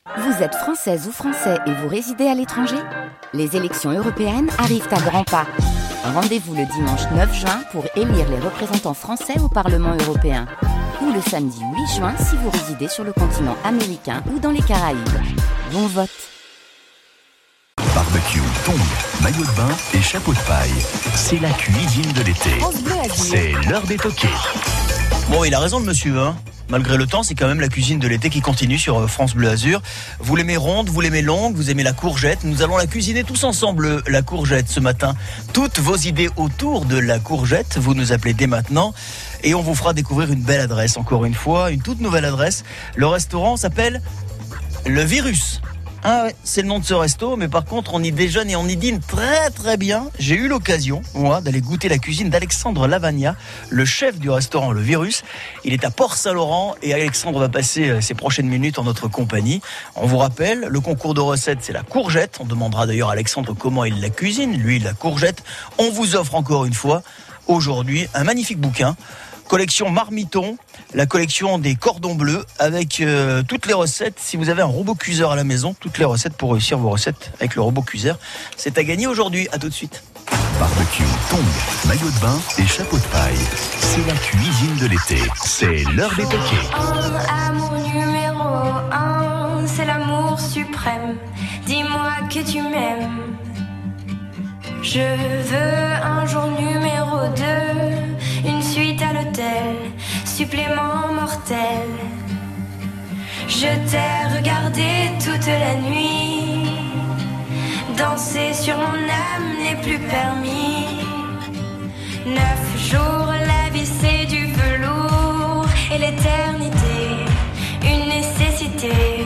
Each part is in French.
Vous êtes française ou français et vous résidez à l'étranger ? Les élections européennes arrivent à grands pas. Rendez-vous le dimanche 9 juin pour élire les représentants français au Parlement européen. Ou le samedi 8 juin si vous résidez sur le continent américain ou dans les Caraïbes. Bon vote. Barbecue, tongs, maillot de bain et chapeau de paille. C'est la cuisine de l'été. C'est l'heure des toqués. Bon, il a raison le monsieur, hein. Malgré le temps, c'est quand même la cuisine de l'été qui continue sur France Bleu Azur. Vous l'aimez ronde, vous l'aimez longue, vous aimez la courgette. Nous allons la cuisiner tous ensemble, la courgette, ce matin. Toutes vos idées autour de la courgette, vous nous appelez dès maintenant. Et on vous fera découvrir une belle adresse, encore une fois, une toute nouvelle adresse. Le restaurant s'appelle Le Virus. Ah ouais, c'est le nom de ce resto, mais par contre on y déjeune et on y dîne très très bien. J'ai eu l'occasion, moi, d'aller goûter la cuisine d'Alexandre Lavagna, le chef du restaurant Le Virus. Il est à Port-Saint-Laurent et Alexandre va passer ses prochaines minutes en notre compagnie. On vous rappelle, le concours de recettes, c'est la courgette. On demandera d'ailleurs à Alexandre comment il la cuisine, lui la courgette. On vous offre encore une fois, aujourd'hui, un magnifique bouquin. Collection Marmiton, la collection des cordons bleus avec toutes les recettes. Si vous avez un robot cuiseur à la maison, toutes les recettes pour réussir vos recettes avec le robot cuiseur. C'est à gagner aujourd'hui. À tout de suite. Barbecue, tongs, maillot de bain et chapeau de paille. C'est la cuisine de l'été. C'est l'heure des toqués. Amour numéro 1, c'est l'amour suprême. Dis-moi que tu m'aimes. Je veux un jour numéro 2, une suite à l'hôtel, supplément mortel. Je t'ai regardé toute la nuit, danser sur mon âme n'est plus permis. 9 jours, la vie c'est du velours, et l'éternité, une nécessité.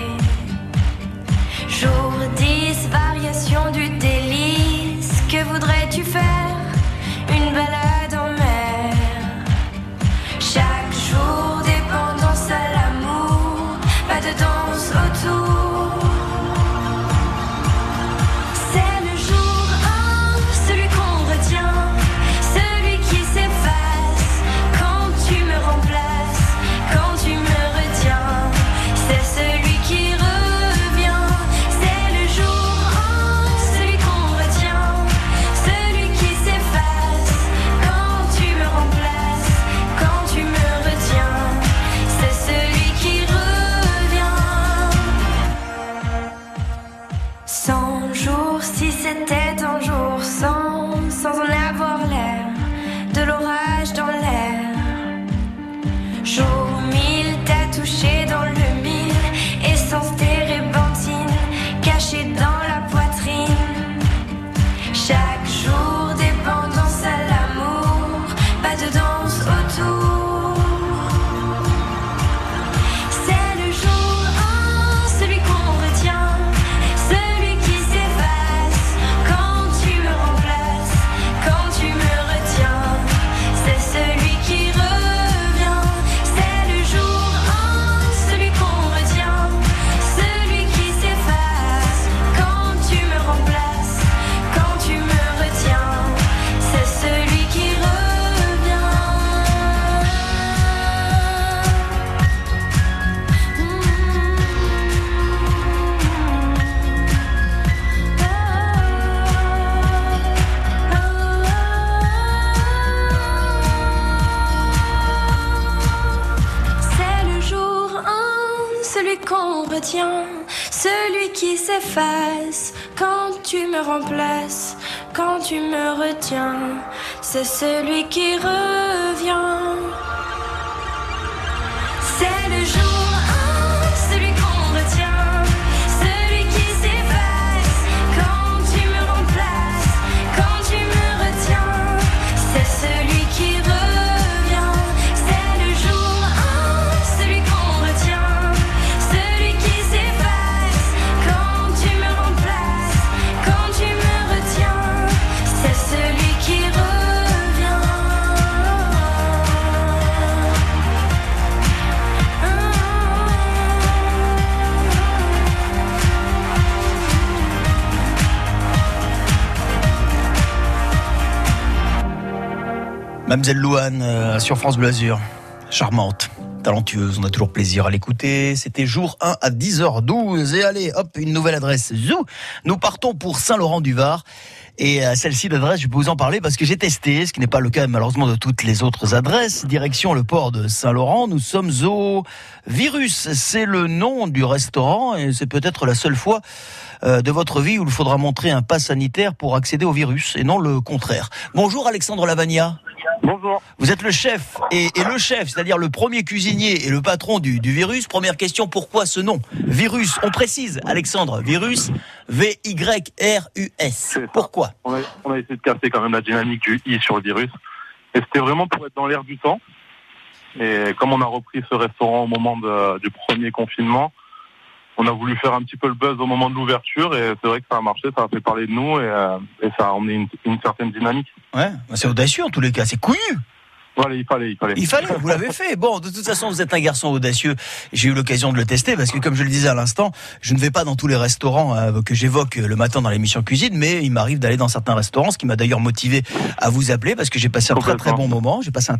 Jour 10, variation du délice, que voudrais-tu faire? Une balade en mer. Chaque jour, dépendance à l'amour, pas de danse autour. C'est le jour 1, celui qu'on retient, celui qui s'efface quand tu me remplaces, quand tu me retiens. C'est celui qui revient. C'est le jour 1, celui qu'on retient, celui qui s'efface quand tu me remplaces, quand tu me retiens. C'est celui qui revient. 100 jours, si c'était un jour sans en avoir l'air, de l'orage dans l'air. Jour 1000, t'as touché dans le mille, essence térébenthine, cachée dans la poitrine. Chaque jour, dépendance à l'amour, pas de danse autour. C'est le jour 1, celui qu'on retient, celui qui s'efface quand tu me remplaces, quand tu me retiens. C'est celui qui revient. C'est le jour 1, celui qu'on retient, celui qui s'efface quand tu me remplaces, quand tu me retiens. C'est celui qui revient. C'est le jour 1, celui qu'on retient, celui qui s'efface quand tu me remplaces, quand tu me retiens. C'est celui qui revient. C'est le jour 1, celui qu'on retient, celui qui s'efface quand tu me remplaces, quand tu me retiens. C'est celui qui revient. C'est le jour 1, celui qu'on retient, celui qui s'efface quand tu me remplaces, quand tu me retiens. C'est celui qui revient. Mademoiselle Louane sur France Bleu Azur. Charmante. talentueuse, on a toujours plaisir à l'écouter. C'était jour 1 à 10h12. Et allez, hop, une nouvelle adresse. Zou. Nous partons pour Saint-Laurent-du-Var. Et celle-ci d'adresse, je peux vous en parler parce que j'ai testé, ce qui n'est pas le cas malheureusement de toutes les autres adresses. Direction le port de Saint-Laurent, nous sommes au Virus. C'est le nom du restaurant et c'est peut-être la seule fois de votre vie où il faudra montrer un pass sanitaire pour accéder au Virus et non le contraire. Bonjour Alexandre Lavagna. Bonjour. Vous êtes le chef et le chef, c'est-à-dire le premier cuisinier et le patron du Virus. Première question, pourquoi ce nom Virus, on précise Alexandre, Virus, V-Y-R-U-S. Pourquoi on a essayé de casser quand même la dynamique du I sur le Virus. Et c'était vraiment pour être dans l'air du temps. Et comme on a repris ce restaurant au moment du premier confinement, on a voulu faire un petit peu le buzz au moment de l'ouverture et c'est vrai que ça a marché, ça a fait parler de nous et ça a emmené une certaine dynamique. Ouais, c'est audacieux en tous les cas, c'est couillu. Voilà, il fallait. Il fallait, vous l'avez fait. Bon, de toute façon, vous êtes un garçon audacieux. J'ai eu l'occasion de le tester parce que, comme je le disais à l'instant, je ne vais pas dans tous les restaurants que j'évoque le matin dans l'émission cuisine, mais il m'arrive d'aller dans certains restaurants, ce qui m'a d'ailleurs motivé à vous appeler parce que j'ai passé un très bon moment.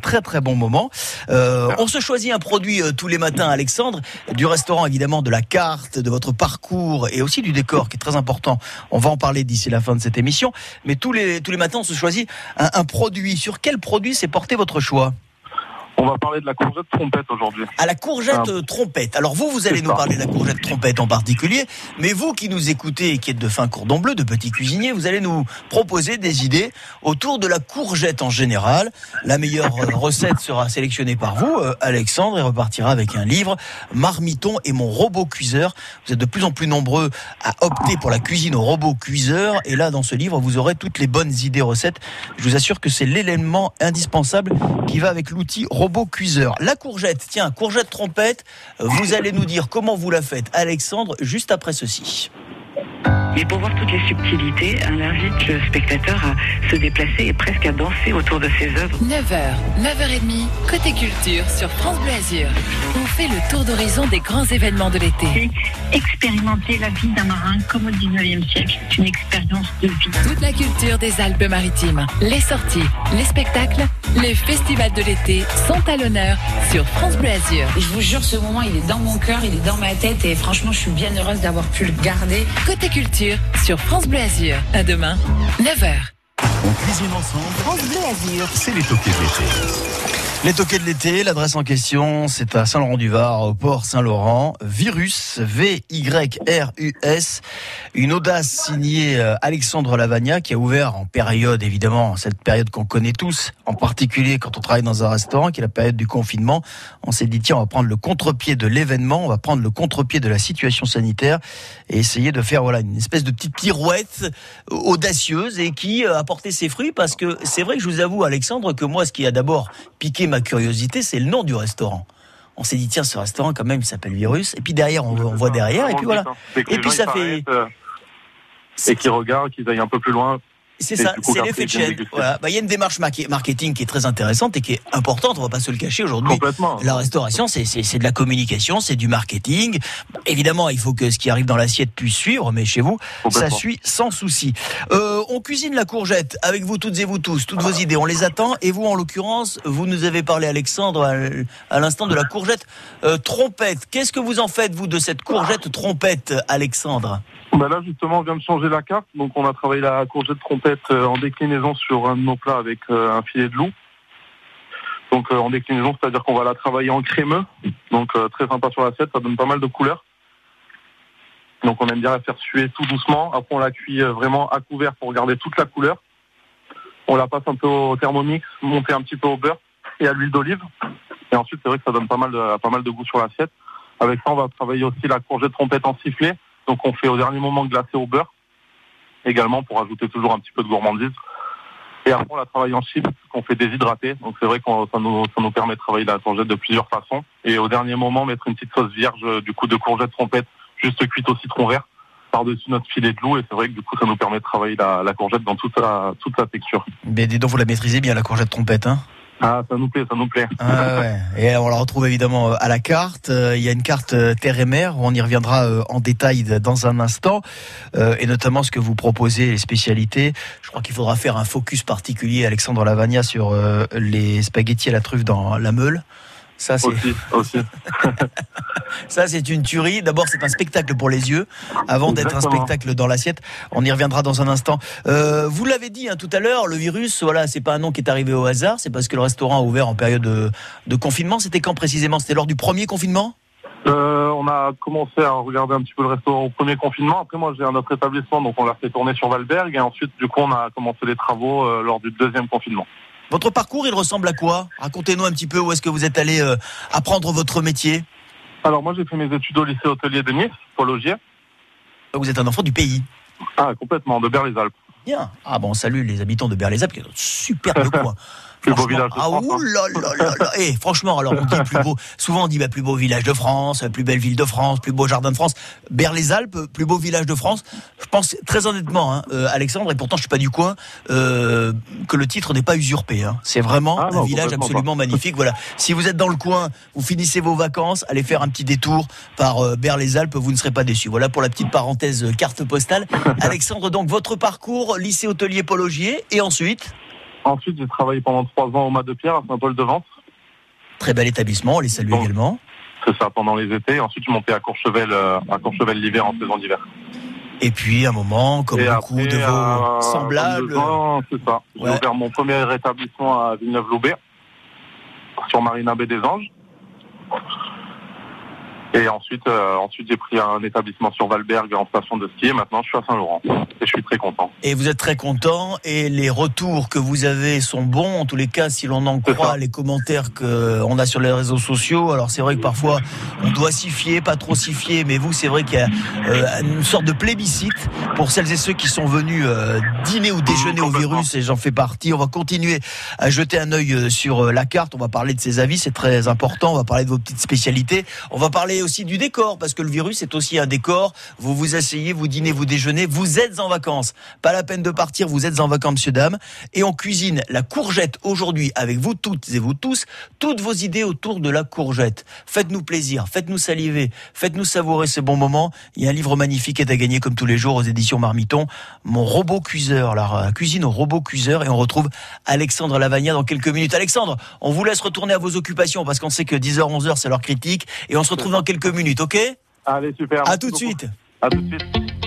On se choisit un produit tous les matins, Alexandre, du restaurant évidemment, de la carte, de votre parcours et aussi du décor qui est très important. On va en parler d'ici la fin de cette émission. Mais tous les matins, on se choisit un produit. Sur quel produit s'est porté votre choix? On va parler de la courgette trompette aujourd'hui. À la courgette trompette. Alors vous allez nous parler de la courgette trompette en particulier, mais vous qui nous écoutez et qui êtes de fin cordon bleu, de petits cuisiniers, vous allez nous proposer des idées autour de la courgette en général. La meilleure recette sera sélectionnée par vous, Alexandre, et repartira avec un livre, Marmiton et mon robot cuiseur. Vous êtes de plus en plus nombreux à opter pour la cuisine au robot cuiseur, et là dans ce livre, vous aurez toutes les bonnes idées recettes. Je vous assure que c'est l'élément indispensable qui va avec l'outil robot cuiseur. La courgette, tiens, courgette trompette, vous allez nous dire comment vous la faites, Alexandre, juste après ceci. Mais pour voir toutes les subtilités, on invite le spectateur à se déplacer et presque à danser autour de ses œuvres. 9h, 9h30, côté culture sur France Bleu Azur. On fait le tour d'horizon des grands événements de l'été. C'est expérimenter la vie d'un marin comme au 19e siècle. C'est une expérience de vie. Toute la culture des Alpes-Maritimes, les sorties, les spectacles, les festivals de l'été sont à l'honneur sur France Bleu Azur. Et je vous jure, ce moment, il est dans mon cœur, il est dans ma tête et franchement, je suis bien heureuse d'avoir pu le garder. Côté culture sur France Bleu Azur. À demain, 9h. On cuisine ensemble. France Bleu Azur. C'est les toqués de l'été. Les toqués de l'été, l'adresse en question, c'est à Saint-Laurent-du-Var, au port Saint-Laurent. Virus, V-Y-R-U-S. Une audace signée Alexandre Lavagna, qui a ouvert en période, évidemment, cette période qu'on connaît tous, en particulier quand on travaille dans un restaurant, qui est la période du confinement. On s'est dit, tiens, on va prendre le contre-pied de l'événement, on va prendre le contre-pied de la situation sanitaire et essayer de faire, une espèce de petite pirouette audacieuse et qui a porté ses fruits parce que c'est vrai que je vous avoue, Alexandre, que moi, ce qui a d'abord piqué ma curiosité, c'est le nom du restaurant. On s'est dit, tiens, ce restaurant, quand même, il s'appelle Virus. Et puis derrière, on voit derrière, et puis voilà. Et puis ça fait... Et qui regardent, qu'ils aillent un peu plus loin. C'est ça, c'est l'effet de chaîne. Voilà. Il y a une démarche marketing qui est très intéressante et qui est importante, on va pas se le cacher aujourd'hui. Complètement. La restauration, c'est de la communication, c'est du marketing. Évidemment, il faut que ce qui arrive dans l'assiette puisse suivre, mais chez vous, ça suit sans souci. On cuisine la courgette avec vous toutes et vous tous, toutes vos idées, on les attend. Et vous, en l'occurrence, vous nous avez parlé, Alexandre, à l'instant de la courgette trompette. Qu'est-ce que vous en faites, vous, de cette courgette trompette, Alexandre ? Là, justement, on vient de changer la carte. Donc, on a travaillé la courgette trompette en déclinaison sur un de nos plats avec un filet de loup. Donc, en déclinaison, c'est-à-dire qu'on va la travailler en crémeux. Donc, très sympa sur l'assiette. Ça donne pas mal de couleurs. Donc, on aime bien la faire suer tout doucement. Après, on la cuit vraiment à couvert pour garder toute la couleur. On la passe un peu au Thermomix, monter un petit peu au beurre et à l'huile d'olive. Et ensuite, c'est vrai que ça donne pas mal de goût sur l'assiette. Avec ça, on va travailler aussi la courgette trompette en sifflet. Donc on fait au dernier moment glacer au beurre, également pour ajouter toujours un petit peu de gourmandise. Et après on la travaille en chips, qu'on fait déshydrater. Donc c'est vrai que ça nous permet de travailler la courgette de plusieurs façons. Et au dernier moment, mettre une petite sauce vierge du coup de courgette trompette, juste cuite au citron vert, par-dessus notre filet de loup. Et c'est vrai que du coup ça nous permet de travailler la courgette dans toute sa texture. Mais dis donc, vous la maîtrisez bien, la courgette trompette, hein ? Ah, ça nous plaît. Ah ouais. Et on la retrouve évidemment à la carte. Il y a une carte terre et mer. On y reviendra en détail dans un instant. Et notamment ce que vous proposez, les spécialités. Je crois qu'il faudra faire un focus particulier, Alexandre Lavagna, sur les spaghettis à la truffe dans la Meule. Ça, c'est... Aussi. Ça, c'est une tuerie. D'abord, c'est un spectacle pour les yeux, avant d'être un spectacle dans l'assiette. On y reviendra dans un instant. Vous l'avez dit tout à l'heure, le virus, voilà, c'est pas un nom qui est arrivé au hasard, c'est parce que le restaurant a ouvert en période de confinement. C'était quand précisément ? C'était lors du premier confinement ? On a commencé à regarder un petit peu le restaurant au premier confinement. Après, moi, j'ai un autre établissement, donc on l'a fait tourner sur Valberg. Et ensuite, du coup, on a commencé les travaux lors du deuxième confinement. Votre parcours, il ressemble à quoi ? Racontez-nous un petit peu où est-ce que vous êtes allé apprendre votre métier. Alors, moi, j'ai fait mes études au lycée hôtelier de Nice, Paul Augier. Vous êtes un enfant du pays ? Ah, complètement, de Berre-les-Alpes. Bien. Ah bon, salut les habitants de Berre-les-Alpes, qui est un superbe coin. Plus beau village de ah France. Et franchement, alors on dit plus beau. Souvent on dit plus beau village de France, plus belle ville de France, plus beau jardin de France. Berre-les-Alpes, plus beau village de France. Je pense très honnêtement, Alexandre, et pourtant je suis pas du coin, que le titre n'est pas usurpé. C'est vraiment un village absolument magnifique. Voilà. Si vous êtes dans le coin, vous finissez vos vacances, allez faire un petit détour par Berre-les-Alpes, vous ne serez pas déçus. Voilà pour la petite parenthèse carte postale. Alexandre, donc votre parcours, lycée hôtelier Paul Augier, et ensuite. Ensuite, j'ai travaillé pendant 3 ans au Mas de Pierre à Saint-Paul-de-Vence. Très bel établissement, on les salue également. C'est ça, pendant les étés. Ensuite, je suis monté à Courchevel l'hiver, en saison d'hiver. Et puis, un moment, comme beaucoup de vos semblables... C'est ça. J'ai ouvert mon premier établissement à Villeneuve-Loubet, sur Marina Baie des Anges. Et ensuite, j'ai pris un établissement sur Valberg en station de ski. Et maintenant, je suis à Saint-Laurent. Et je suis très content. Et vous êtes très content. Et les retours que vous avez sont bons. En tous les cas, si l'on en croit les commentaires qu'on a sur les réseaux sociaux. Alors, c'est vrai que parfois, on doit s'y fier, pas trop s'y fier. Mais vous, c'est vrai qu'il y a une sorte de plébiscite pour celles et ceux qui sont venus dîner ou déjeuner au virus. Et j'en fais partie. On va continuer à jeter un œil sur la carte. On va parler de ses avis. C'est très important. On va parler de vos petites spécialités. On va parler aussi du décor, parce que le virus est aussi un décor. Vous vous asseyez, vous dînez, vous déjeunez, vous êtes en vacances. Pas la peine de partir, vous êtes en vacances, monsieur, dame. Et on cuisine la courgette aujourd'hui avec vous toutes et vous tous. Toutes vos idées autour de la courgette. Faites-nous plaisir, faites-nous saliver, faites-nous savourer ces bons moments. Il y a un livre magnifique qui est à gagner comme tous les jours aux éditions Marmiton. Mon robot cuiseur, alors cuisine au robot cuiseur, et on retrouve Alexandre Lavagna dans quelques minutes. Alexandre, on vous laisse retourner à vos occupations parce qu'on sait que 10h, 11h, c'est l'heure critique, et on se retrouve dans quelques minutes, ok ? Allez, super. À tout de suite. À tout de suite.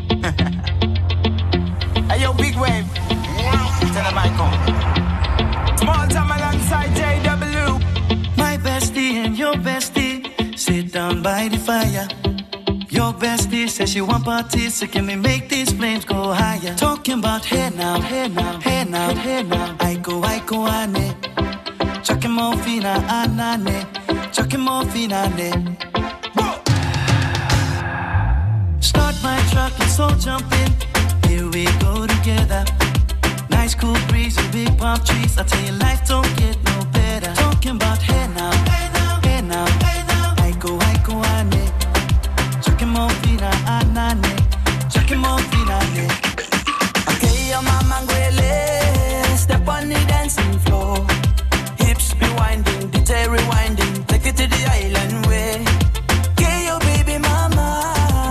Hey yo, big wave. Tell them I come. Small time alongside JW. My bestie and your bestie sit down by the fire. Your bestie says she want parties, so can we make these flames go higher? Talking about hey now, hey now, hey now, hey now. I go, ane. Chucking morphina, anane. Chucking morphina, ane. Start my truck, let's all jump in. Here we go together. Nice cool breeze and big palm trees. I tell you, life don't get no better. Talking about hey now, hey now, hey now, hey now. I go, ane. Chucking morphina, anane. Chucking morphina, ane. Okay, your mama ngwele. Step on the dancing floor. Hips be winding, DJ rewinding. Take it to the island way. Okay, your baby mama.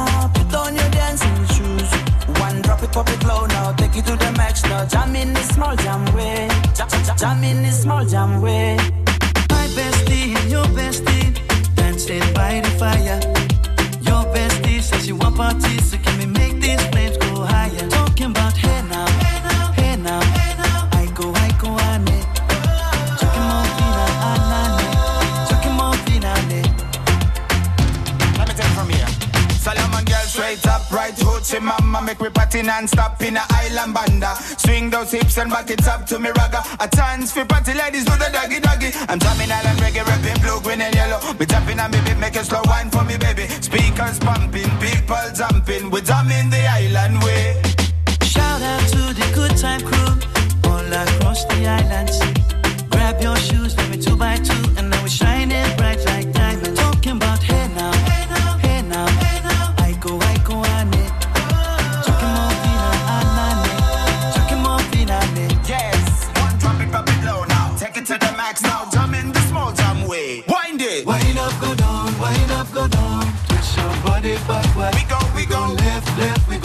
Pop it low now, take it to the max now. Jam in this small jam way. Jam in this small jam way. My bestie and your bestie dancing by the fire. Your bestie says you want parties, so can we make these flames go higher? Talking about hey now, hey now, hey now, hey now. I go, ane. Chucking morphina, anane. Chucking morphina, ane. Let me take it from here. Solomon girl straight up, right hoochie mama. Make me party non-stop in a island banda. Swing those hips and back it up to me ragga. A chance for party ladies do the doggy doggy. I'm drumming island reggae, rapping blue, green and yellow. We tapping on me beat, make a slow wine for me baby. Speakers pumping, people jumping. We drumming the island way. Shout out to the good time crew all across the islands. Grab your shoes, let me 2x2, and now we're shining bright like diamonds. Talking about hey now, hey now, hey now, hey now. I go, ane. Chucking morphina, anane. Chucking morphina, ane. Yes, one drop it, pop it low now. Take it to the max now. Jam in the small jam way. Wind it. Wind up, go down, wind up, go down. Twist your body backward. We go. Left, we go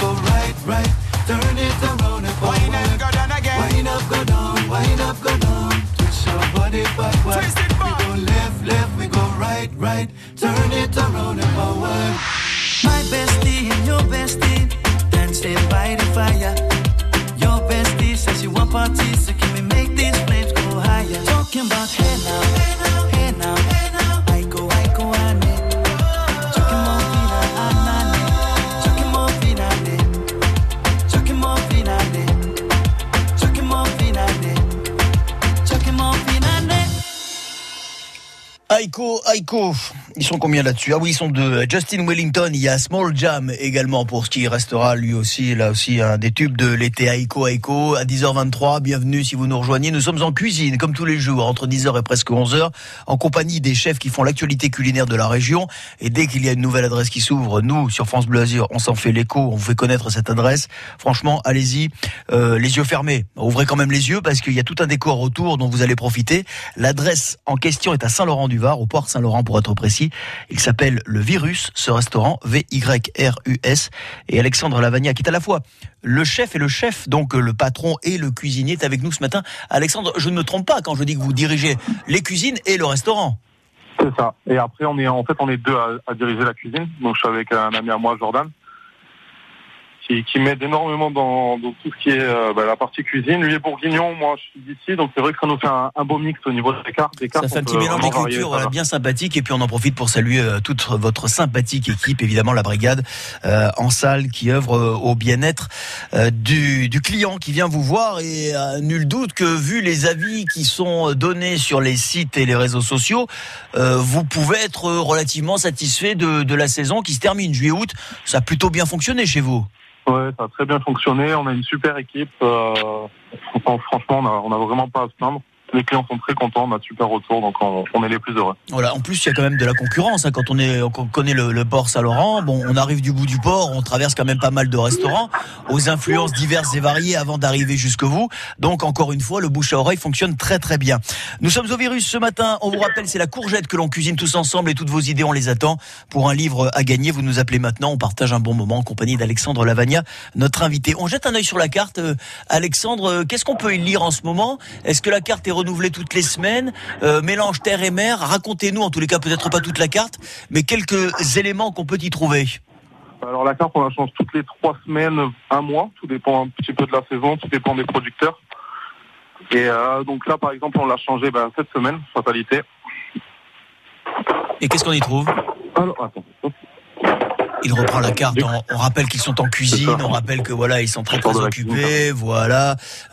Aiko. Ils sont combien là-dessus? Ah oui, ils sont deux. Justin Wellington, il y a Small Jam également pour ce qui restera lui aussi, là aussi, un des tubes de l'été. Aiko à 10h23. Bienvenue si vous nous rejoignez. Nous sommes en cuisine, comme tous les jours, entre 10h et presque 11h, en compagnie des chefs qui font l'actualité culinaire de la région. Et dès qu'il y a une nouvelle adresse qui s'ouvre, nous, sur France Bleu Azur, on s'en fait l'écho, on vous fait connaître cette adresse. Franchement, allez-y, les yeux fermés. Ouvrez quand même les yeux parce qu'il y a tout un décor autour dont vous allez profiter. L'adresse en question est à Saint-Laurent-du-Var, au port Saint-Laurent pour être précis. Il s'appelle Le Virus, ce restaurant, VYRUS. Et Alexandre Lavagna, qui est à la fois le chef et le chef, donc le patron et le cuisinier, est avec nous ce matin. Alexandre, je ne me trompe pas quand je dis que vous dirigez les cuisines et le restaurant. C'est ça. Et après, on est deux à diriger la cuisine. Donc, je suis avec un ami à moi, Jordan, qui m'aide énormément dans tout ce qui est la partie cuisine. Lui est bourguignon, moi je suis d'ici, donc c'est vrai que ça nous fait un beau mix au niveau des cartes. Ça fait un petit mélange des cultures, voilà, bien sympathique. Et puis on en profite pour saluer toute votre sympathique équipe, évidemment la brigade en salle qui œuvre au bien-être du client qui vient vous voir. Et nul doute que vu les avis qui sont donnés sur les sites et les réseaux sociaux, vous pouvez être relativement satisfait de la saison qui se termine juillet-août. Ça a plutôt bien fonctionné chez vous. Ouais, ça a très bien fonctionné. On a une super équipe. Franchement, on a vraiment pas à se plaindre. Les clients sont très contents, on a de super retours, donc on est les plus heureux. Voilà. En plus, il y a quand même de la concurrence. Hein. Quand on connaît le port Saint-Laurent, bon, on arrive du bout du port, on traverse quand même pas mal de restaurants, aux influences diverses et variées avant d'arriver jusque vous. Donc, encore une fois, le bouche à oreille fonctionne très très bien. Nous sommes au Virus ce matin. On vous rappelle, c'est la courgette que l'on cuisine tous ensemble et toutes vos idées, on les attend. Pour un livre à gagner, vous nous appelez maintenant. On partage un bon moment en compagnie d'Alexandre Lavagna, notre invité. On jette un œil sur la carte. Alexandre, qu'est-ce qu'on peut y lire en ce moment? Est-ce que la carte est renouvelée toutes les semaines, mélange terre et mer? Racontez-nous, en tous les cas peut-être pas toute la carte, mais quelques éléments qu'on peut y trouver. Alors la carte on la change toutes les 3 semaines, un mois, tout dépend un petit peu de la saison, tout dépend des producteurs. Et donc là par exemple on l'a changé cette semaine, fatalité. Et qu'est-ce qu'on y trouve? Alors attends. Il reprend la carte. On rappelle qu'ils sont en cuisine. On rappelle que voilà, ils sont très très occupés. Voilà.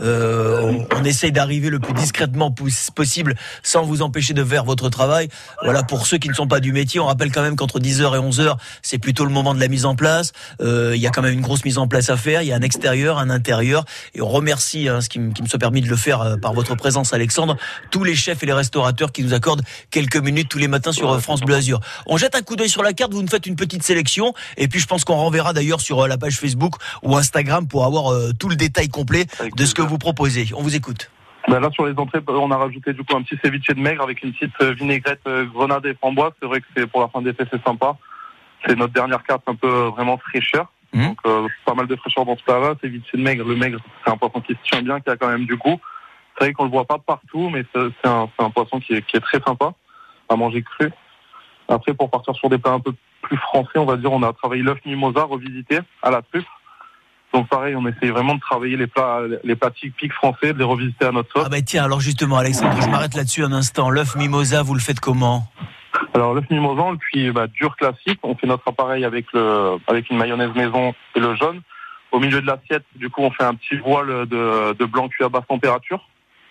On essaye d'arriver le plus discrètement possible sans vous empêcher de faire votre travail. Voilà. Pour ceux qui ne sont pas du métier, on rappelle quand même qu'entre 10h et 11h, c'est plutôt le moment de la mise en place. Il y a quand même une grosse mise en place à faire. Il y a un extérieur, un intérieur. Et on remercie ce qui me soit permis de le faire par votre présence, Alexandre, tous les chefs et les restaurateurs qui nous accordent quelques minutes tous les matins sur France Bleu Azur. On jette un coup d'œil sur la carte. Vous nous faites une petite sélection. Et puis je pense qu'on renverra d'ailleurs sur la page Facebook ou Instagram pour avoir tout le détail complet de ce que vous proposez. On vous écoute. Là sur les entrées, on a rajouté du coup un petit ceviche de maigre avec une petite vinaigrette grenade et framboise. C'est vrai que c'est pour la fin d'été, c'est sympa. C'est notre dernière carte un peu vraiment fraîcheur. Donc pas mal de fraîcheur dans ce plat-là. Ceviche de maigre, le maigre c'est un poisson qui se tient bien, qui a quand même du goût. C'est vrai qu'on le voit pas partout, mais c'est un poisson qui est très sympa à manger cru. Après, pour partir sur des plats un peu plus français, on va dire, on a travaillé l'œuf mimosa revisité à la truffe. Donc pareil, on essaye vraiment de travailler les plats typiques français, de les revisiter à notre sauce. Ah bah tiens, alors justement, Alexandre, je m'arrête là-dessus un instant. L'œuf mimosa, vous le faites comment? Alors l'œuf mimosa, on le cuit dur classique. On fait notre appareil avec une mayonnaise maison et le jaune. Au milieu de l'assiette, du coup, on fait un petit voile de blanc cuit à basse température.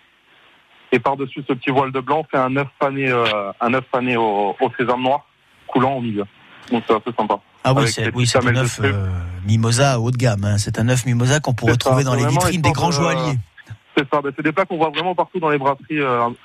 Et par-dessus ce petit voile de blanc, on fait un œuf pané au sésame noir, coulant au milieu. Donc c'est assez sympa. Ah oui, c'est un œuf mimosa haut de gamme. Hein. C'est un œuf mimosa qu'on pourrait trouver dans les vitrines des grands joailliers. C'est ça, c'est des plats qu'on voit vraiment partout dans les brasseries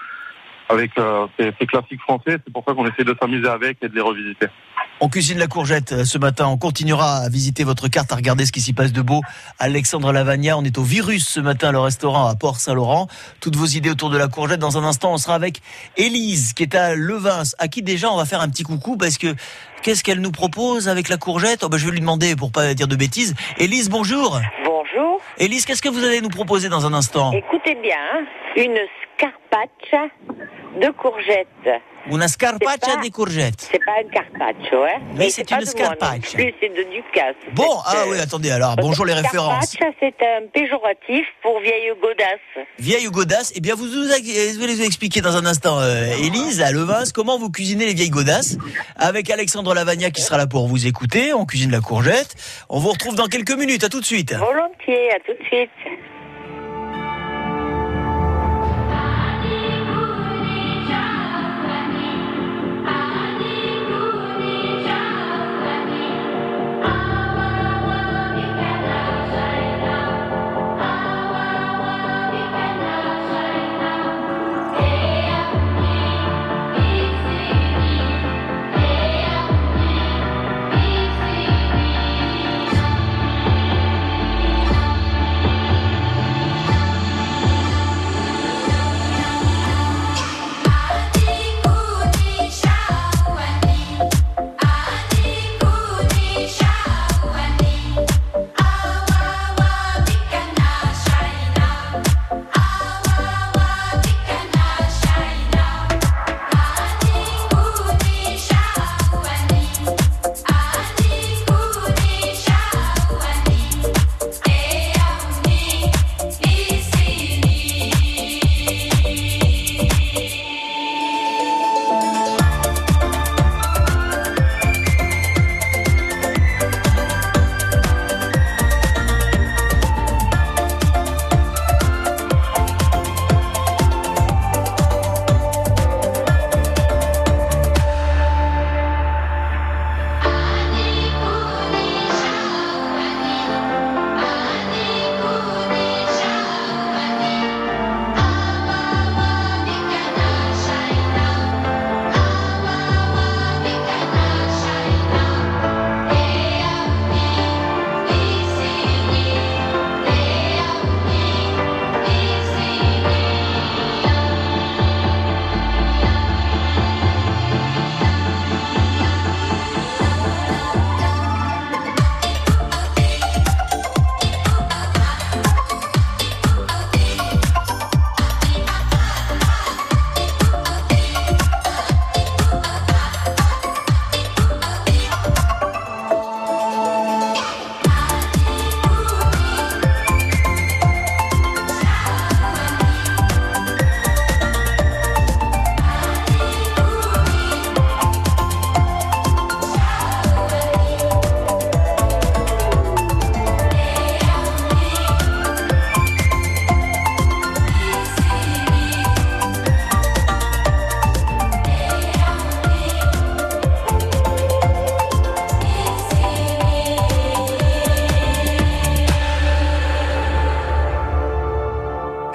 avec ces classiques français. C'est pour ça qu'on essaie de s'amuser avec et de les revisiter. On cuisine la courgette ce matin. On continuera à visiter votre carte, à regarder ce qui s'y passe de beau. Alexandre Lavagna, on est au Virus ce matin, le restaurant à Port Saint-Laurent. Toutes vos idées autour de la courgette. Dans un instant, on sera avec Élise, qui est à Levins, à qui déjà on va faire un petit coucou parce que qu'est-ce qu'elle nous propose avec la courgette? Je vais lui demander pour pas dire de bêtises. Élise, bonjour. Bonjour. Élise, qu'est-ce que vous allez nous proposer dans un instant? Écoutez bien, une scarpaccia de courgettes. Una scarpaccia di courgette. C'est pas un carpaccio, hein. Mais c'est une scarpaccia. Plus c'est de Ducasse. Bon, oui, attendez, alors, bonjour les références. Scarpaccia, c'est un péjoratif pour vieille godasse. Vieille godasses, eh bien, vous allez nous expliquer dans un instant, Élise, à Levins, comment vous cuisinez les vieilles godasses, avec Alexandre Lavagna qui sera là pour vous écouter. On cuisine la courgette. On vous retrouve dans quelques minutes. À tout de suite. Volontiers, à tout de suite.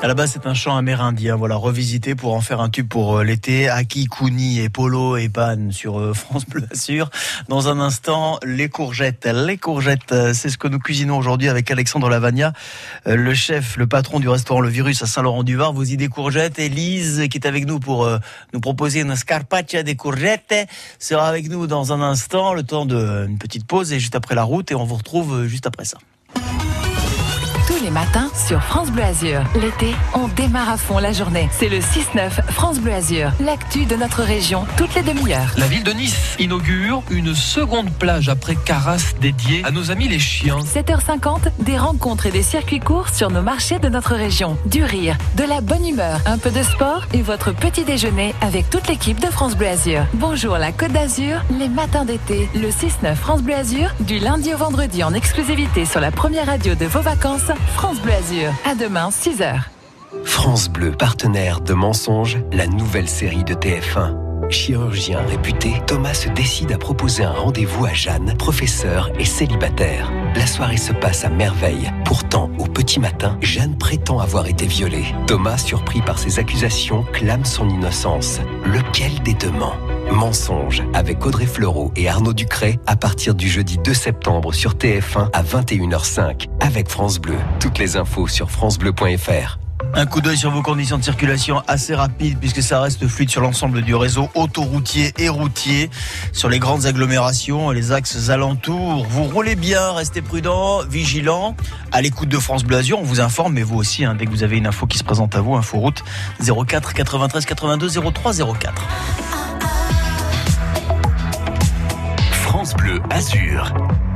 À la base, c'est un chant amérindien, voilà, revisité pour en faire un tube pour l'été. Aki, Kuni et Polo et Pan sur France Bleu Azur. Dans un instant, les courgettes. Les courgettes, c'est ce que nous cuisinons aujourd'hui avec Alexandre Lavagna, le chef, le patron du restaurant Le Virus à Saint-Laurent-du-Var. Vos idées courgettes. Élise, qui est avec nous pour nous proposer une scarpaccia des courgettes, sera avec nous dans un instant, le temps d'une petite pause et juste après la route. Et on vous retrouve juste après ça. Tous les matins sur France Bleu Azur. L'été, on démarre à fond la journée. C'est le 6-9 France Bleu Azur. L'actu de notre région, toutes les demi-heures. La ville de Nice inaugure une seconde plage après Carras dédiée à nos amis les chiens. 7h50, des rencontres et des circuits courts sur nos marchés de notre région. Du rire, de la bonne humeur, un peu de sport et votre petit déjeuner avec toute l'équipe de France Bleu Azur. Bonjour la Côte d'Azur, les matins d'été. Le 6-9 France Bleu Azur, du lundi au vendredi en exclusivité sur la première radio de vos vacances. France Bleu Azur. À demain, 6h. France Bleu, partenaire de Mensonges, la nouvelle série de TF1. Chirurgien réputé, Thomas se décide à proposer un rendez-vous à Jeanne, professeure et célibataire. La soirée se passe à merveille. Pourtant, au petit matin, Jeanne prétend avoir été violée. Thomas, surpris par ces accusations, clame son innocence. Lequel des deux ment ? Mensonges, avec Audrey Fleurot et Arnaud Ducret, à partir du jeudi 2 septembre sur TF1 à 21h05, avec France Bleu. Toutes les infos sur francebleu.fr. Un coup d'œil sur vos conditions de circulation assez rapides puisque ça reste fluide sur l'ensemble du réseau autoroutier et routier. Sur les grandes agglomérations et les axes alentours, vous roulez bien, restez prudents, vigilants. À l'écoute de France Bleu Azur, on vous informe, mais vous aussi, dès que vous avez une info qui se présente à vous, inforoute 04 93 82 03 04. France Bleu Azur.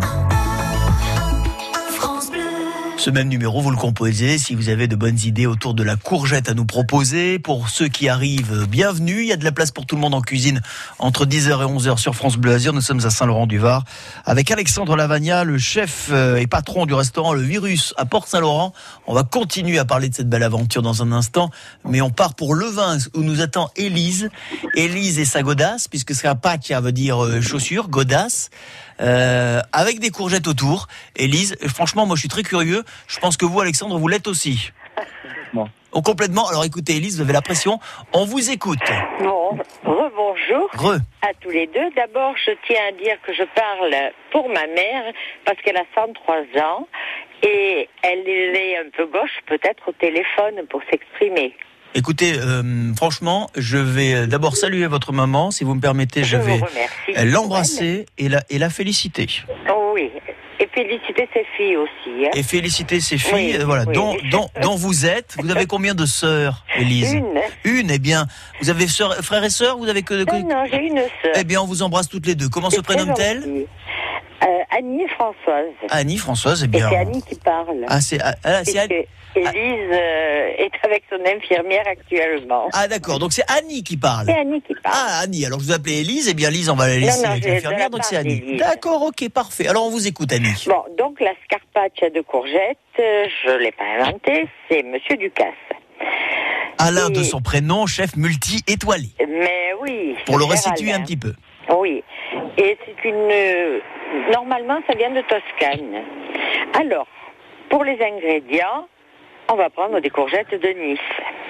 Ce même numéro, vous le composez si vous avez de bonnes idées autour de la courgette à nous proposer. Pour ceux qui arrivent, bienvenue. Il y a de la place pour tout le monde en cuisine entre 10h et 11h sur France Bleu Azur. Nous sommes à Saint-Laurent-du-Var avec Alexandre Lavagna, le chef et patron du restaurant Le Virus à Port-Saint-Laurent. On va continuer à parler de cette belle aventure dans un instant, mais on part pour Levin où nous attend Élise. Élise et sa godasse, puisque scarpaccia veut dire chaussure, godasse. Avec des courgettes autour. Élise, franchement, moi je suis très curieux. Je pense que vous, Alexandre, vous l'êtes aussi. Non. Oh, complètement. Alors écoutez, Élise, vous avez la pression. On vous écoute. Bon, rebonjour à tous les deux. D'abord, je tiens à dire que je parle pour ma mère parce qu'elle a 103 ans et elle est un peu gauche, peut-être au téléphone pour s'exprimer. Écoutez, franchement, je vais d'abord saluer votre maman, si vous me permettez. Je vais l'embrasser et la féliciter. Oh oui, et féliciter ses filles aussi. Hein. Et féliciter ses filles, oui, voilà, oui. dont vous êtes. Vous avez combien de sœurs, Élise ? Une, eh bien, vous avez frères et sœurs ? Vous avez que Non, j'ai une sœur. Eh bien, on vous embrasse toutes les deux. Comment se prénomme-t-elle ? Annie et Françoise. Annie, Françoise, eh bien... Et c'est Annie qui parle. C'est Annie. Élise est avec son infirmière actuellement. Ah d'accord, donc c'est Annie qui parle. C'est Annie qui parle. Ah Annie, alors je vous appelais Élise, eh bien Lise, on va la laisser avec l'infirmière, donc c'est Annie. d'Élise. D'accord, ok, parfait. Alors on vous écoute Annie. Bon, donc la scarpaccia de courgettes, je l'ai pas inventée, c'est Monsieur Ducasse. Alain de son prénom, chef multi-étoilé. Mais oui. Pour le restituer un petit peu. Oui. Et c'est normalement, ça vient de Toscane. Alors, pour les ingrédients, on va prendre des courgettes de Nice.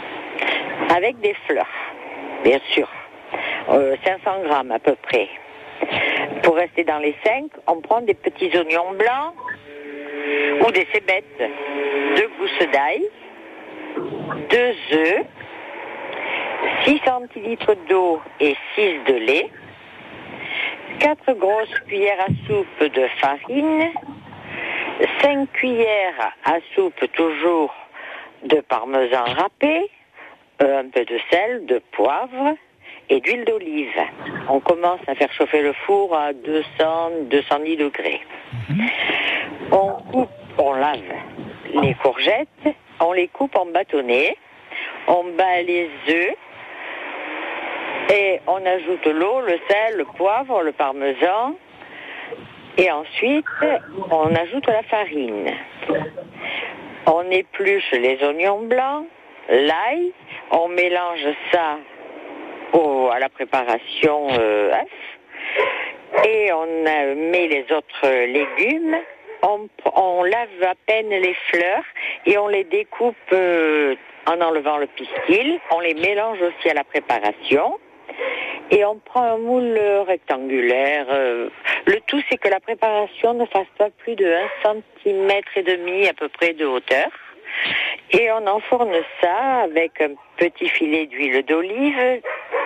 Avec des fleurs, bien sûr. 500 grammes à peu près. Pour rester dans les 5, on prend des petits oignons blancs ou des cébettes, 2 gousses d'ail, 2 œufs, 6 centilitres d'eau et 6 de lait, 4 grosses cuillères à soupe de farine, 5 cuillères à soupe toujours de parmesan râpé, un peu de sel, de poivre et d'huile d'olive. On commence à faire chauffer le four à 210 degrés. On lave les courgettes, on les coupe en bâtonnets, on bat les œufs et on ajoute l'eau, le sel, le poivre, le parmesan et ensuite on ajoute la farine. On épluche les oignons blancs, l'ail, on mélange ça à la préparation œuf et on met les autres légumes. On lave à peine les fleurs et on les découpe en enlevant le pistil. On les mélange aussi à la préparation. Et on prend un moule rectangulaire. Le tout, c'est que la préparation ne fasse pas plus de 1,5 cm à peu près de hauteur. Et on enfourne ça avec un petit filet d'huile d'olive,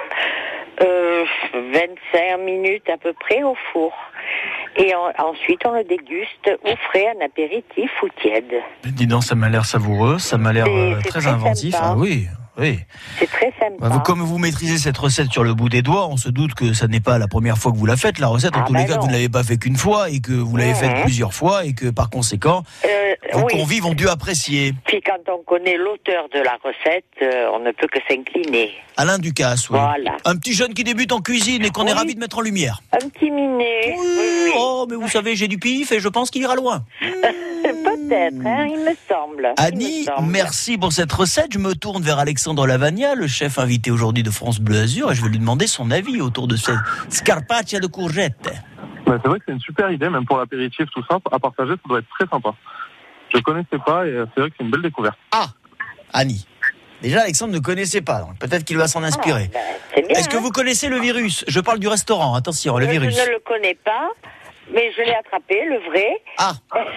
25 minutes à peu près au four. Et ensuite, on le déguste ou frais, en apéritif ou tiède. Dis donc, ça m'a l'air savoureux, ça m'a l'air C'est très très inventif. sympa. Ah oui. Oui. C'est très sympa. Comme vous maîtrisez cette recette sur le bout des doigts, on se doute que ça n'est pas la première fois que vous la faites, la recette, en tous les cas, que vous ne l'avez pas fait qu'une fois et que vous l'avez faite plusieurs fois et que par conséquent, vos convives ont dû apprécier. Puis quand on connaît l'auteur de la recette, on ne peut que s'incliner. Alain Ducasse, oui. Voilà. Un petit jeune qui débute en cuisine et qu'on est ravi de mettre en lumière. Un petit minet. Oui. Oh, mais vous savez, j'ai du pif et je pense qu'il ira loin. Peut-être, il me semble. Annie, merci pour cette recette. Je me tourne vers Alexandre Lavagna, le chef invité aujourd'hui de France Bleu Azur, et je vais lui demander son avis autour de cette scarpaccia de courgettes. C'est vrai que c'est une super idée, même pour l'apéritif, tout ça, à partager, ça doit être très sympa. Je ne connaissais pas et c'est vrai que c'est une belle découverte. Ah, Annie. Déjà, Alexandre ne connaissait pas, donc peut-être qu'il va s'en inspirer. C'est bien, Est-ce que vous connaissez le virus ? Je parle du restaurant, attention, le virus. Je ne le connais pas, mais je l'ai attrapé, le vrai. Ah.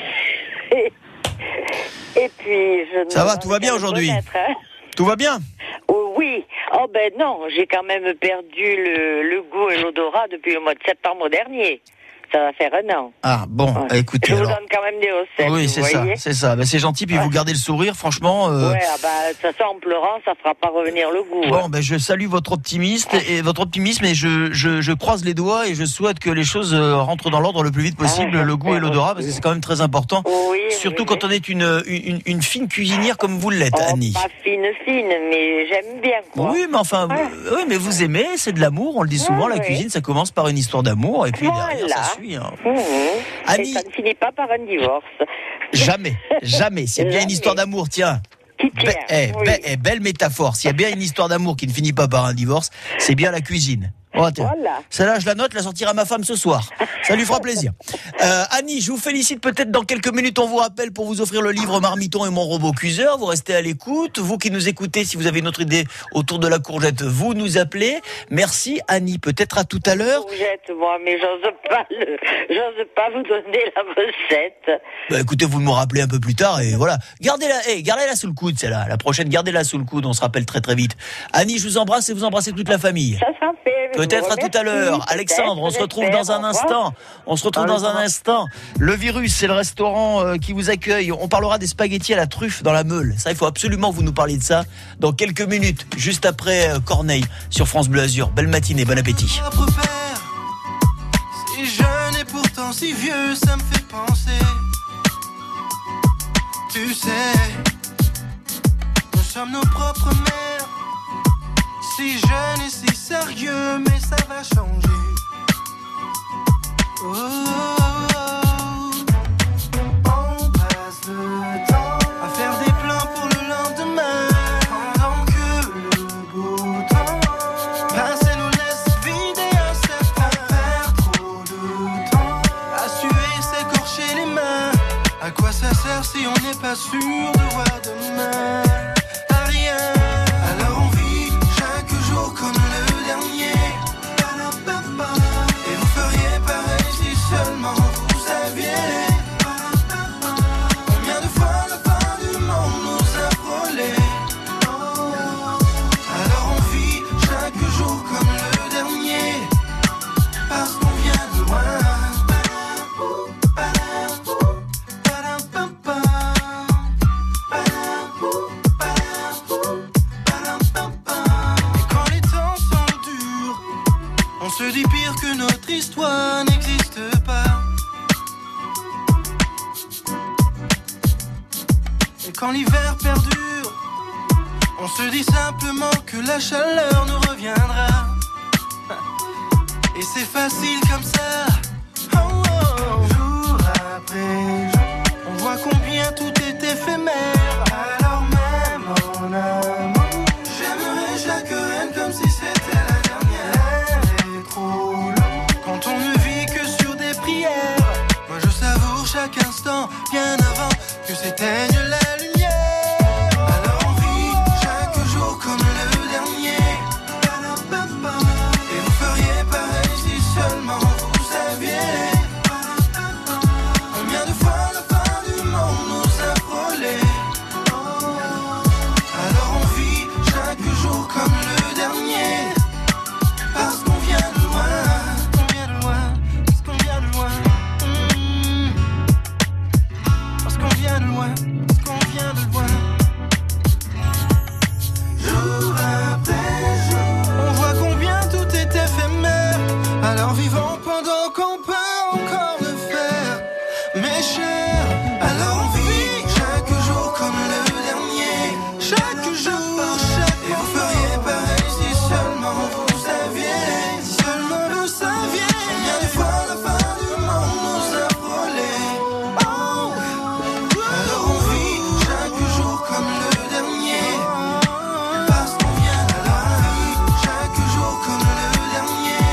Et puis, ça va, tout va bien aujourd'hui ? Tout va bien ? Oui. Oh ben non, j'ai quand même perdu le goût et l'odorat depuis le mois de septembre dernier. Ça va faire 1 an. Ah bon, écoutez. Je vous donne quand même des recettes. Oui, c'est ça, c'est ça. Ben, c'est gentil, puis vous gardez le sourire, franchement. Ouais, de toute façon, en pleurant, ça fera pas revenir le goût. Bon, ben je salue votre optimisme et je croise les doigts et je souhaite que les choses rentrent dans l'ordre le plus vite possible, le goût et l'odorat, parce que c'est quand même très important. Oui, surtout quand on est une fine cuisinière comme vous l'êtes, Annie. Pas fine, mais j'aime bien, quoi. Oui, mais enfin, oui, mais vous aimez, c'est de l'amour, on le dit souvent, la cuisine, ça commence par une histoire d'amour, et puis derrière, ça suit. Hein. Annie, et ça ne finit pas par un divorce. Jamais. S'il y a bien une histoire d'amour, tiens. Belle métaphore. S'il y a bien une histoire d'amour qui ne finit pas par un divorce, c'est bien la cuisine. Oh, voilà. Celle-là, je la note, la sortira à ma femme ce soir. Ça lui fera plaisir. Annie, je vous félicite. Peut-être dans quelques minutes, on vous rappelle pour vous offrir le livre Marmiton et mon robot cuiseur. Vous restez à l'écoute. Vous qui nous écoutez, si vous avez une autre idée autour de la courgette, vous nous appelez. Merci, Annie. Peut-être à tout à l'heure. Courgette, moi, mais j'ose pas vous donner la recette. Bah, écoutez, vous me rappelez un peu plus tard et voilà. Gardez-la sous le coude, celle-là. La prochaine, gardez-la sous le coude. On se rappelle très très vite. Annie, je vous embrasse et vous embrassez toute la famille. Ça sera fait. Peut-être à tout à l'heure. Alexandre, on se retrouve dans un instant. Le virus, c'est le restaurant qui vous accueille. On parlera des spaghettis à la truffe dans la Meule. Ça, il faut absolument que vous nous parliez de ça dans quelques minutes, juste après Corneille sur France Bleu Azur. Belle matinée, bon appétit. Si jeune et pourtant si vieux, ça me fait penser. Tu sais, nous sommes nos propres mères. Si jeune et si sérieux, mais ça va changer. Oh, on passe le temps à faire des plans pour le lendemain, pendant que le beau temps passe et nous laisse vider un certain. Perd trop de temps à suer, s'écorcher les mains. À quoi ça sert si on n'est pas sûr de voir demain? À rien. Alors on vit chaque jour comme le dernier. Et vous feriez pareil si seulement vous saviez combien de fois la fin du monde nous a frôlés. Alors on vit chaque jour comme le dernier, parce qu'on vient de loin. Et quand les temps sont durs, on se dit pire que notre histoire n'existe pas. Et quand l'hiver perdure, on se dit simplement que la chaleur nous reviendra. Et c'est facile comme ça. Oh, oh. Jour après jour, on voit combien tout est éphémère. Alors même en amour, j'aimerais chaque reine comme si c'était la dernière. L'air est trop long quand on ne vit que sur des prières. Moi je savoure chaque instant bien avant que s'éteigne la lumière. Alors on vit loin, parce qu'on vient de loin. Jour après jour, on voit combien tout est éphémère. Alors vivons pendant qu'on peut encore le faire, mes chers. Alors on vit chaque jour comme le dernier, chaque jour, chaque jour. Et vous feriez pareil si seulement vous saviez, si seulement vous saviez combien de fois la fin du monde nous a frôlés. Oh. Alors on vit chaque jour comme le dernier, parce qu'on vient de loin. Chaque jour comme le dernier,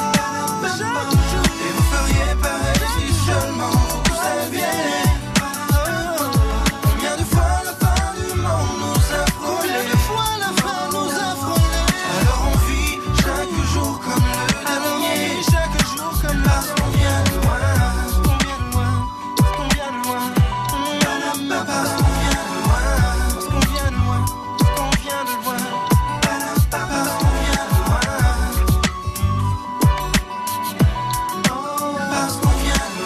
et vous feriez pareil si seulement vous saviez combien de fois la fin du monde nous a frôlés. Combien de fois la fin nous a frôlés. Alors on vit chaque jour comme le dernier, chaque jour comme parce qu'on vient de loin, parce qu'on vient de loin, parce qu'on vient de loin, parce qu'on vient de loin, parce qu'on vient de loin, parce qu'on vient de loin, parce qu'on vient de loin, parce qu'on vient de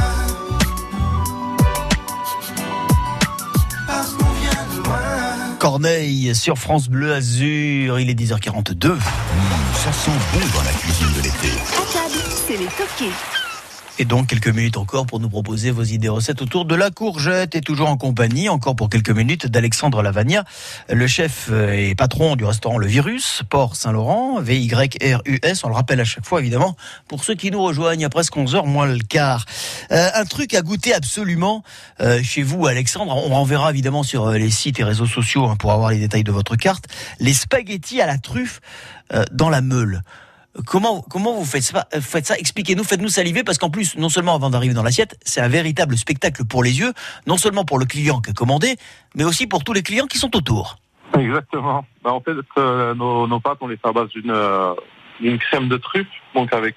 loin, parce qu'on vient de loin. Corneille sur France Bleu Azur, il est 10h42. Ça sent bon dans la cuisine de l'été. À table, c'est les toqués. Et donc quelques minutes encore pour nous proposer vos idées recettes autour de la courgette, et toujours en compagnie, encore pour quelques minutes, d'Alexandre Lavagna, le chef et patron du restaurant Le Virus, Port Saint-Laurent, VYRUS, on le rappelle à chaque fois évidemment, pour ceux qui nous rejoignent à presque 11h moins le quart. Un truc à goûter absolument chez vous, Alexandre, on renverra évidemment sur les sites et réseaux sociaux pour avoir les détails de votre carte, les spaghettis à la truffe dans la Meule. Comment vous faites ça? Expliquez-nous, faites-nous saliver, parce qu'en plus, non seulement avant d'arriver dans l'assiette, c'est un véritable spectacle pour les yeux, non seulement pour le client qui a commandé, mais aussi pour tous les clients qui sont autour. Exactement. En fait, nos pâtes, on les fait à base d'une crème de truffe, donc avec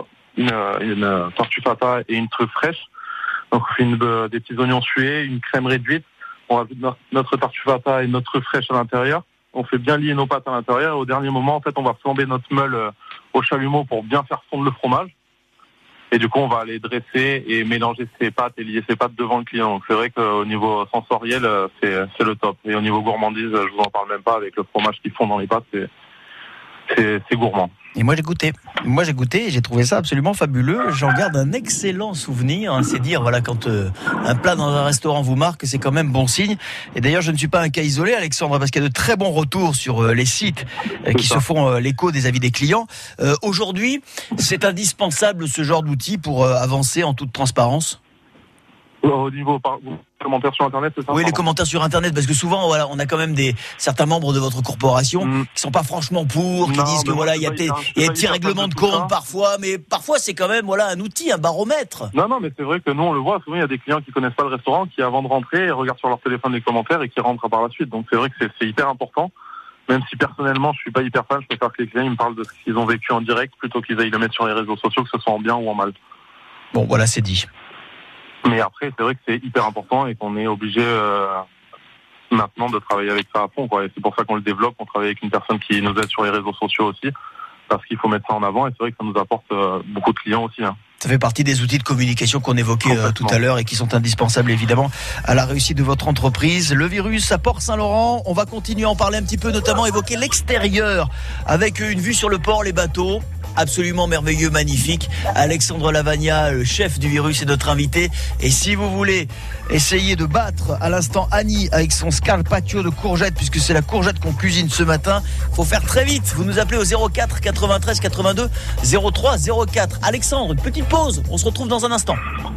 une tortue fata et une truffe fraîche. Donc on fait des petits oignons sués, une crème réduite, on rajoute notre tortue fata et notre truffe fraîche à l'intérieur. On fait bien lier nos pâtes à l'intérieur, et au dernier moment, en fait, on va flamber notre meule au chalumeau pour bien faire fondre le fromage. Et du coup, on va aller dresser et mélanger ces pâtes et lier ces pâtes devant le client. Donc c'est vrai qu'au niveau sensoriel, c'est le top. Et au niveau gourmandise, je vous en parle même pas, avec le fromage qui fond dans les pâtes, c'est gourmand. Et moi j'ai goûté et j'ai trouvé ça absolument fabuleux. J'en garde un excellent souvenir. C'est dire, voilà, quand un plat dans un restaurant vous marque, c'est quand même bon signe. Et d'ailleurs, je ne suis pas un cas isolé, Alexandre, parce qu'il y a de très bons retours sur les sites qui se font l'écho des avis des clients. Aujourd'hui, c'est indispensable ce genre d'outil pour avancer en toute transparence. Au niveau commentaires sur Internet, c'est ça? Oui, les commentaires sur Internet, parce que souvent, voilà, on a quand même certains membres de votre corporation qui sont pas franchement pour, qui disent que voilà, il y a des petits règlements de compte parfois, mais parfois c'est quand même un outil, un baromètre. Non, mais c'est vrai que nous on le voit. Souvent, il y a des clients qui connaissent pas le restaurant, qui avant de rentrer regardent sur leur téléphone les commentaires et qui rentrent par la suite. Donc c'est vrai que c'est hyper important. Même si personnellement je suis pas hyper fan, je préfère que les clients ils me parlent de ce qu'ils ont vécu en direct plutôt qu'ils aillent le mettre sur les réseaux sociaux, que ce soit en bien ou en mal. Bon, voilà, c'est dit. Mais après, c'est vrai que c'est hyper important et qu'on est obligé maintenant de travailler avec ça à fond, quoi. Et c'est pour ça qu'on le développe. On travaille avec une personne qui nous aide sur les réseaux sociaux aussi, parce qu'il faut mettre ça en avant. Et c'est vrai que ça nous apporte beaucoup de clients aussi. Ça fait partie des outils de communication qu'on évoquait tout à l'heure et qui sont indispensables évidemment à la réussite de votre entreprise. Le Virus à Port Saint-Laurent, on va continuer à en parler un petit peu, notamment évoquer l'extérieur avec une vue sur le port, les bateaux. Absolument merveilleux, magnifique. Alexandre Lavagna, le chef du Virus, est notre invité. Et si vous voulez essayer de battre à l'instant Annie avec son scarpaccio de courgettes, puisque c'est la courgette qu'on cuisine ce matin, faut faire très vite. Vous nous appelez au 04 93 82 03 04. Alexandre, une petite pause. On se retrouve dans un instant.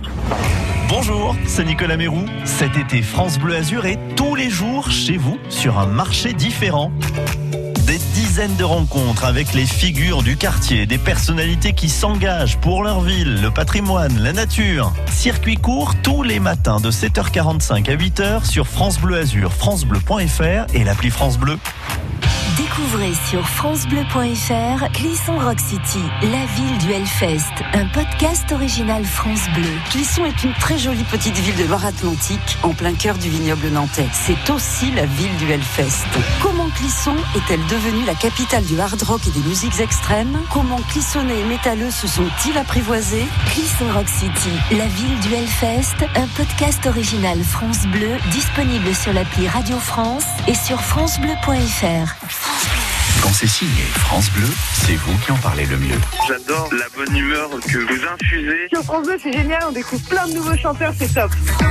Bonjour, c'est Nicolas Mérou. Cet été, France Bleu Azur est tous les jours chez vous sur un marché différent. Des dizaines de rencontres avec les figures du quartier, des personnalités qui s'engagent pour leur ville, le patrimoine, la nature. Circuit court tous les matins de 7h45 à 8h sur France Bleu Azur, francebleu.fr et l'appli France Bleu. Découvrez sur francebleu.fr Clisson Rock City, la ville du Hellfest, un podcast original France Bleu. Clisson est une très jolie petite ville de Loire-Atlantique, en plein cœur du vignoble nantais. C'est aussi la ville du Hellfest. Comment Clisson est-elle devenue la capitale du hard rock et des musiques extrêmes? Comment Clissonnais et métalleux se sont-ils apprivoisés? Clisson Rock City, la ville du Hellfest, un podcast original France Bleu, disponible sur l'appli Radio France et sur francebleu.fr. Quand c'est signé France Bleu, c'est vous qui en parlez le mieux. J'adore la bonne humeur que vous infusez. Sur France Bleu, c'est génial, on découvre plein de nouveaux chanteurs, c'est top.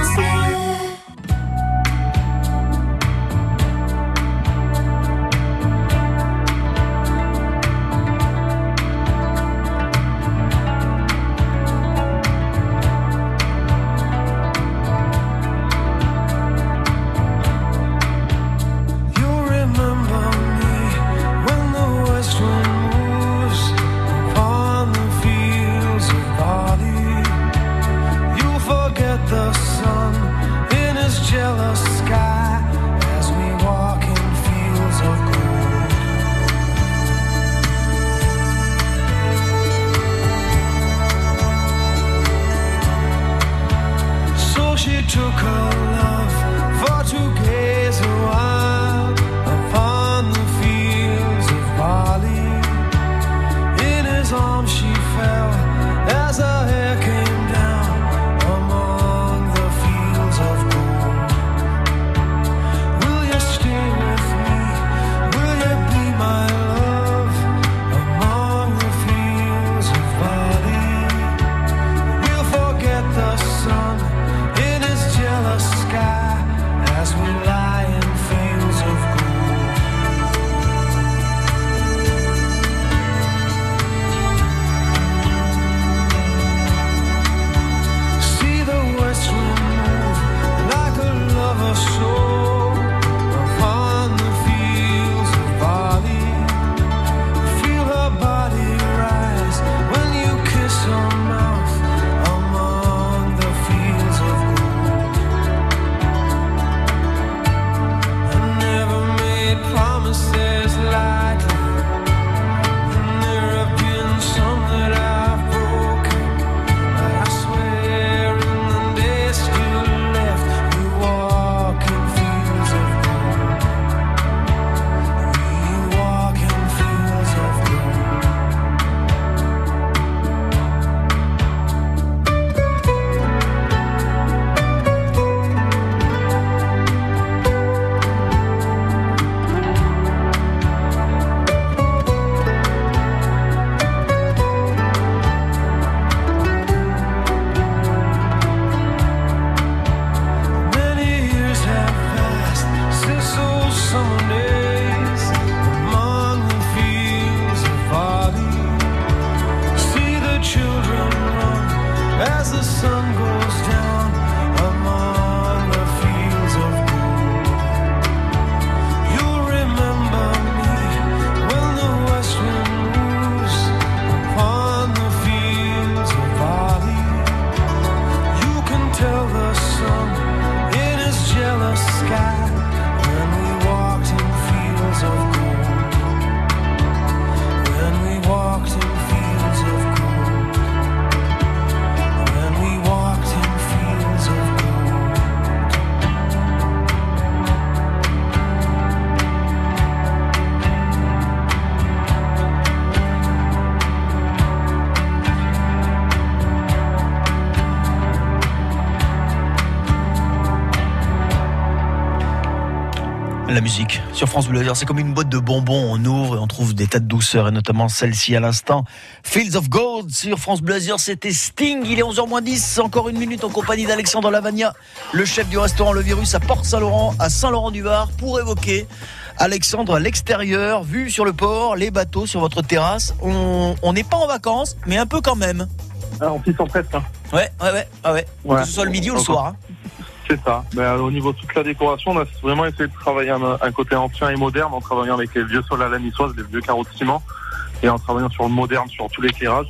La musique sur France Bleu, c'est comme une boîte de bonbons, on ouvre et on trouve des tas de douceur, et notamment celle-ci à l'instant. Fields of Gold sur France Bleu Azur, c'était Sting, il est 11h-10, encore une minute en compagnie d'Alexandre Lavagna, le chef du restaurant Le Virus à Port-Saint-Laurent, à Saint-Laurent-du-Var, pour évoquer, Alexandre, à l'extérieur, vue sur le port, les bateaux sur votre terrasse. On n'est pas en vacances, mais un peu quand même. Ah, on s'y sent presque. Hein. Ouais. Que ce soit le midi ou le soir. Hein. C'est ça. Mais au niveau de toute la décoration, on a vraiment essayé de travailler un côté ancien et moderne en travaillant avec les vieux sols à la niçoise, les vieux carreaux de ciment, et en travaillant sur le moderne, sur tout l'éclairage,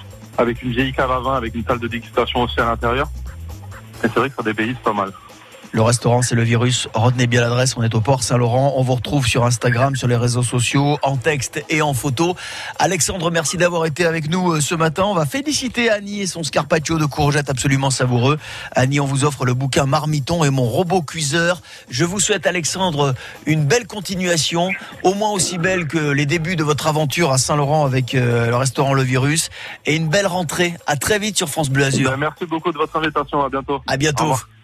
avec une vieille cave à vin, avec une salle de dégustation aussi à l'intérieur. Et c'est vrai que ça débellise pas mal. Le restaurant, c'est Le Virus. Retenez bien l'adresse. On est au Port Saint-Laurent. On vous retrouve sur Instagram, sur les réseaux sociaux, en texte et en photo. Alexandre, merci d'avoir été avec nous ce matin. On va féliciter Annie et son scarpaccio de courgettes absolument savoureux. Annie, on vous offre le bouquin Marmiton et mon robot cuiseur. Je vous souhaite, Alexandre, une belle continuation, au moins aussi belle que les débuts de votre aventure à Saint-Laurent avec le restaurant Le Virus, et une belle rentrée. À très vite sur France Bleu Azur. Merci beaucoup de votre invitation. À bientôt. À bientôt. Au revoir.